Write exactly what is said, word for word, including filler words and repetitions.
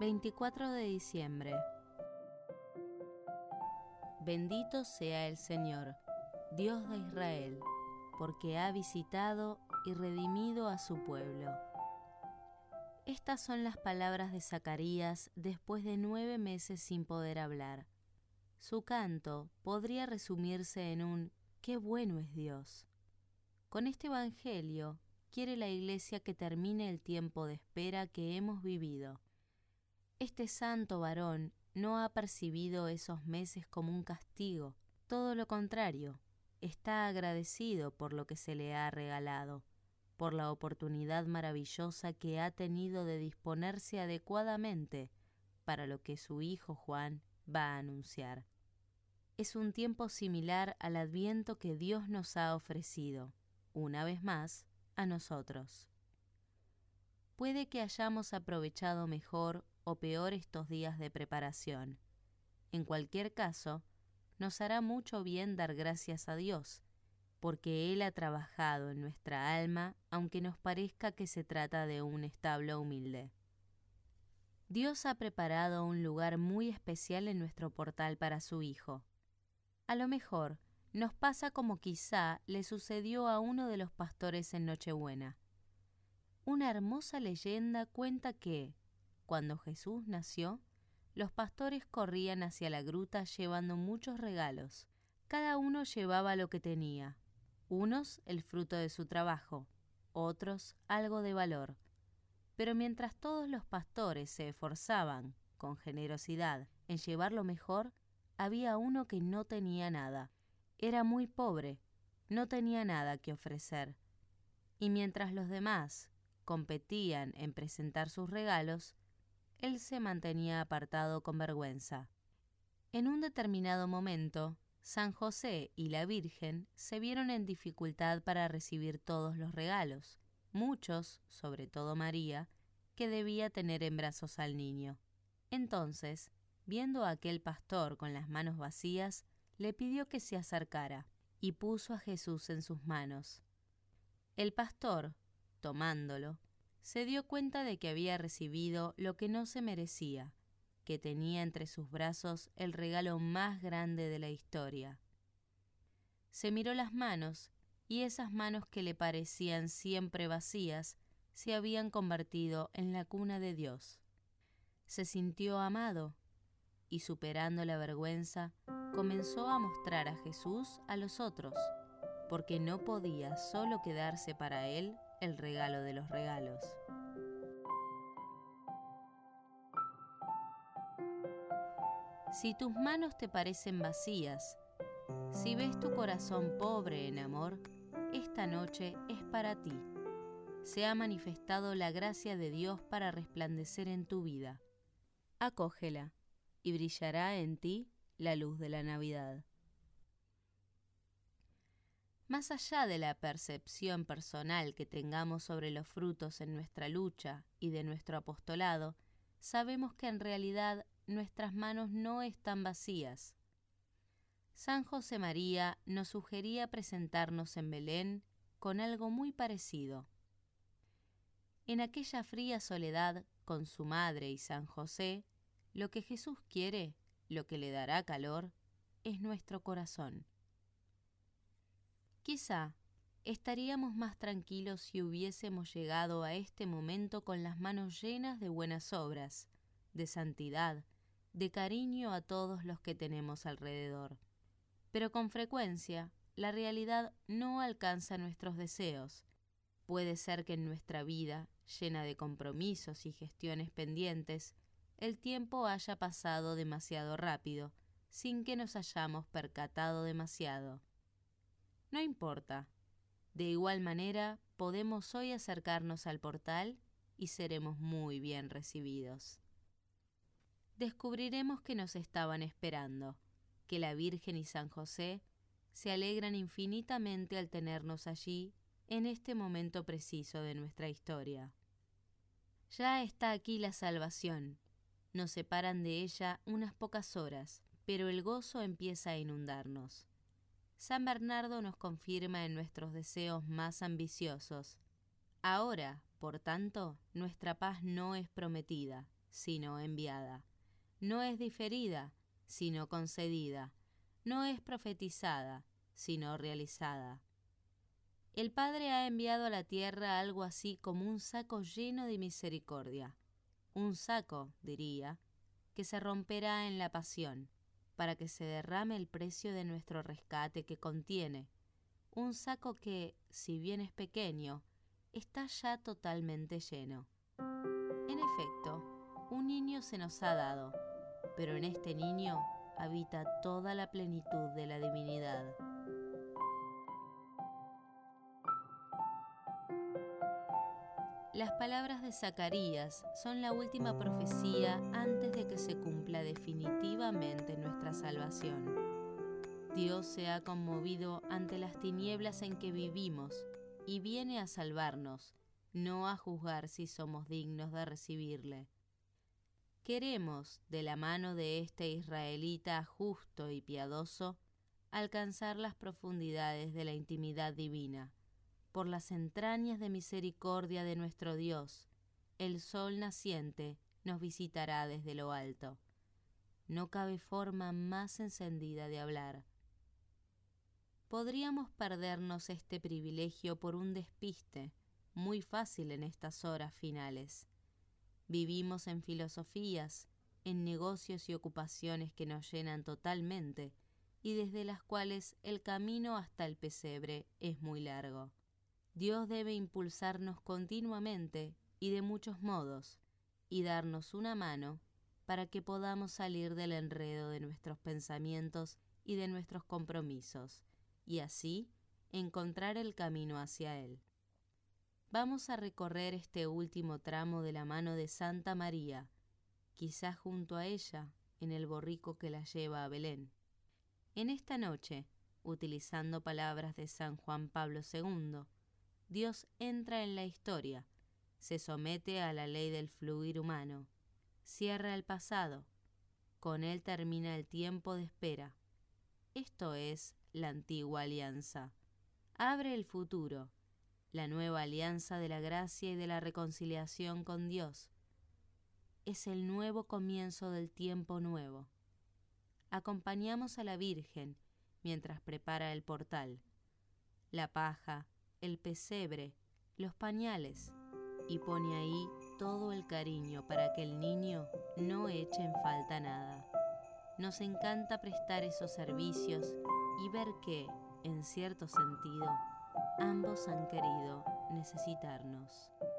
veinticuatro de diciembre. Bendito sea el Señor, Dios de Israel, porque ha visitado y redimido a su pueblo. Estas son las palabras de Zacarías después de nueve meses sin poder hablar. Su canto podría resumirse en un «¡Qué bueno es Dios!». Con este evangelio quiere la Iglesia que termine el tiempo de espera que hemos vivido. Este santo varón no ha percibido esos meses como un castigo, todo lo contrario, está agradecido por lo que se le ha regalado, por la oportunidad maravillosa que ha tenido de disponerse adecuadamente para lo que su hijo Juan va a anunciar. Es un tiempo similar al Adviento que Dios nos ha ofrecido, una vez más, a nosotros. Puede que hayamos aprovechado mejor o peor estos días de preparación. En cualquier caso, nos hará mucho bien dar gracias a Dios, porque Él ha trabajado en nuestra alma, aunque nos parezca que se trata de un establo humilde. Dios ha preparado un lugar muy especial en nuestro portal para su Hijo. A lo mejor nos pasa como quizá le sucedió a uno de los pastores en Nochebuena. Una hermosa leyenda cuenta que, cuando Jesús nació, los pastores corrían hacia la gruta llevando muchos regalos. Cada uno llevaba lo que tenía. Unos el fruto de su trabajo, otros algo de valor. Pero mientras todos los pastores se esforzaban, con generosidad, en llevar lo mejor, había uno que no tenía nada. Era muy pobre, no tenía nada que ofrecer. Y mientras los demás competían en presentar sus regalos, él se mantenía apartado con vergüenza. En un determinado momento, San José y la Virgen se vieron en dificultad para recibir todos los regalos, muchos, sobre todo María, que debía tener en brazos al niño. Entonces, viendo a aquel pastor con las manos vacías, le pidió que se acercara y puso a Jesús en sus manos. El pastor, tomándolo, se dio cuenta de que había recibido lo que no se merecía, que tenía entre sus brazos el regalo más grande de la historia. Se miró las manos, y esas manos que le parecían siempre vacías se habían convertido en la cuna de Dios. Se sintió amado, y superando la vergüenza, comenzó a mostrar a Jesús a los otros, porque no podía solo quedarse para él el regalo de los regalos. Si tus manos te parecen vacías, si ves tu corazón pobre en amor, esta noche es para ti. Se ha manifestado la gracia de Dios para resplandecer en tu vida. Acógela, y brillará en ti la luz de la Navidad. Más allá de la percepción personal que tengamos sobre los frutos en nuestra lucha y de nuestro apostolado, sabemos que en realidad nuestras manos no están vacías. San José María nos sugería presentarnos en Belén con algo muy parecido. En aquella fría soledad con su madre y San José, lo que Jesús quiere, lo que le dará calor, es nuestro corazón. Quizá estaríamos más tranquilos si hubiésemos llegado a este momento con las manos llenas de buenas obras, de santidad, de cariño a todos los que tenemos alrededor. Pero con frecuencia, la realidad no alcanza nuestros deseos. Puede ser que en nuestra vida, llena de compromisos y gestiones pendientes, el tiempo haya pasado demasiado rápido, sin que nos hayamos percatado demasiado. No importa. De igual manera, podemos hoy acercarnos al portal y seremos muy bien recibidos. Descubriremos que nos estaban esperando, que la Virgen y San José se alegran infinitamente al tenernos allí en este momento preciso de nuestra historia. Ya está aquí la salvación. Nos separan de ella unas pocas horas, pero el gozo empieza a inundarnos. San Bernardo nos confirma en nuestros deseos más ambiciosos. Ahora, por tanto, nuestra paz no es prometida, sino enviada. No es diferida, sino concedida. No es profetizada, sino realizada. El Padre ha enviado a la tierra algo así como un saco lleno de misericordia. Un saco, diría, que se romperá en la pasión, para que se derrame el precio de nuestro rescate que contiene. Un saco que, si bien es pequeño, está ya totalmente lleno. En efecto, un niño se nos ha dado, pero en este niño habita toda la plenitud de la divinidad. Las palabras de Zacarías son la última profecía antes de que se cumpla definitivamente nuestra salvación. Dios se ha conmovido ante las tinieblas en que vivimos y viene a salvarnos, no a juzgar si somos dignos de recibirle. Queremos, de la mano de este israelita justo y piadoso, alcanzar las profundidades de la intimidad divina. Por las entrañas de misericordia de nuestro Dios, el sol naciente nos visitará desde lo alto. No cabe forma más encendida de hablar. Podríamos perdernos este privilegio por un despiste, muy fácil en estas horas finales. Vivimos en filosofías, en negocios y ocupaciones que nos llenan totalmente y desde las cuales el camino hasta el pesebre es muy largo. Dios debe impulsarnos continuamente y de muchos modos, y darnos una mano para que podamos salir del enredo de nuestros pensamientos y de nuestros compromisos, y así encontrar el camino hacia Él. Vamos a recorrer este último tramo de la mano de Santa María, quizás junto a ella, en el borrico que la lleva a Belén. En esta noche, utilizando palabras de San Juan Pablo segundo, Dios entra en la historia, se somete a la ley del fluir humano, cierra el pasado, con él termina el tiempo de espera. Esto es la antigua alianza. Abre el futuro, la nueva alianza de la gracia y de la reconciliación con Dios. Es el nuevo comienzo del tiempo nuevo. Acompañamos a la Virgen mientras prepara el portal, la paja, el pesebre, los pañales, y pone ahí todo el cariño para que el niño no eche en falta nada. Nos encanta prestar esos servicios y ver que, en cierto sentido, ambos han querido necesitarnos.